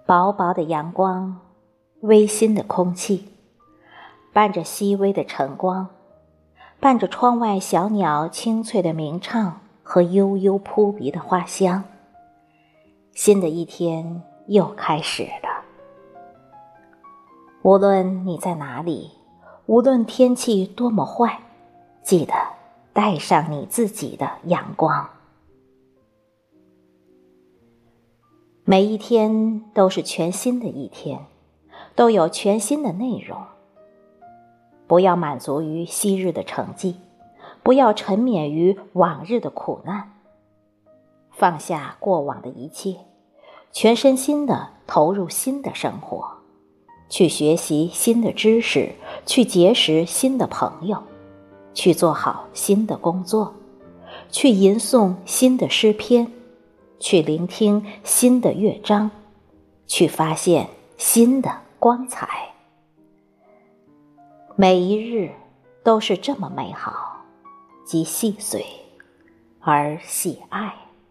薄薄的阳光，微腥的空气，伴着细微的晨光，伴着窗外小鸟清脆的鸣唱和悠悠扑鼻的花香，新的一天又开始了。无论你在哪里，无论天气多么坏，记得带上你自己的阳光。每一天都是全新的一天，都有全新的内容。不要满足于昔日的成绩，不要沉湎于往日的苦难，放下过往的一切，全身心地投入新的生活，去学习新的知识，去结识新的朋友，去做好新的工作，去吟诵新的诗篇，去聆听新的乐章，去发现新的光彩。每一日都是这么美好，既细碎而喜爱。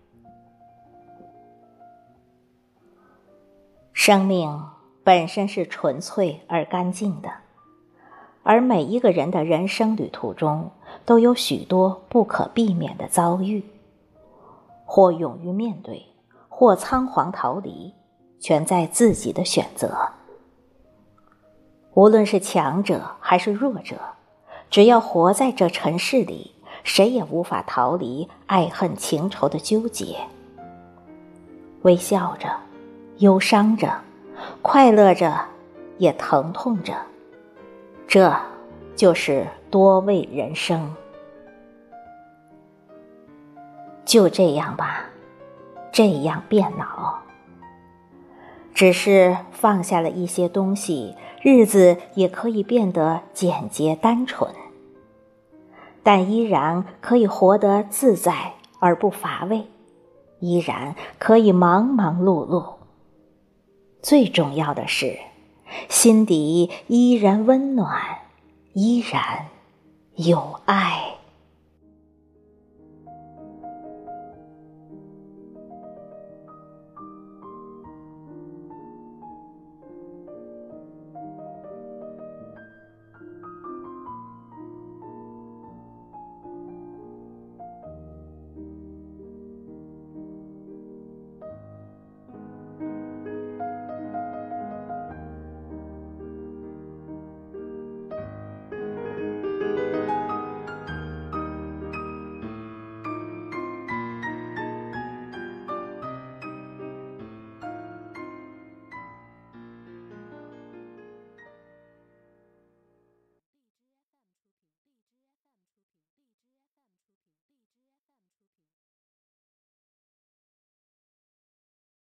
生命本身是纯粹而干净的，而每一个人的人生旅途中都有许多不可避免的遭遇，或勇于面对，或仓皇逃离，全在自己的选择。无论是强者还是弱者，只要活在这尘世里，谁也无法逃离爱恨情仇的纠结。微笑着，忧伤着，快乐着，也疼痛着，这就是多味人生。就这样吧，这样变老。只是放下了一些东西，日子也可以变得简洁单纯，但依然可以活得自在而不乏味，依然可以忙忙碌碌。最重要的是，心底依然温暖，依然有爱。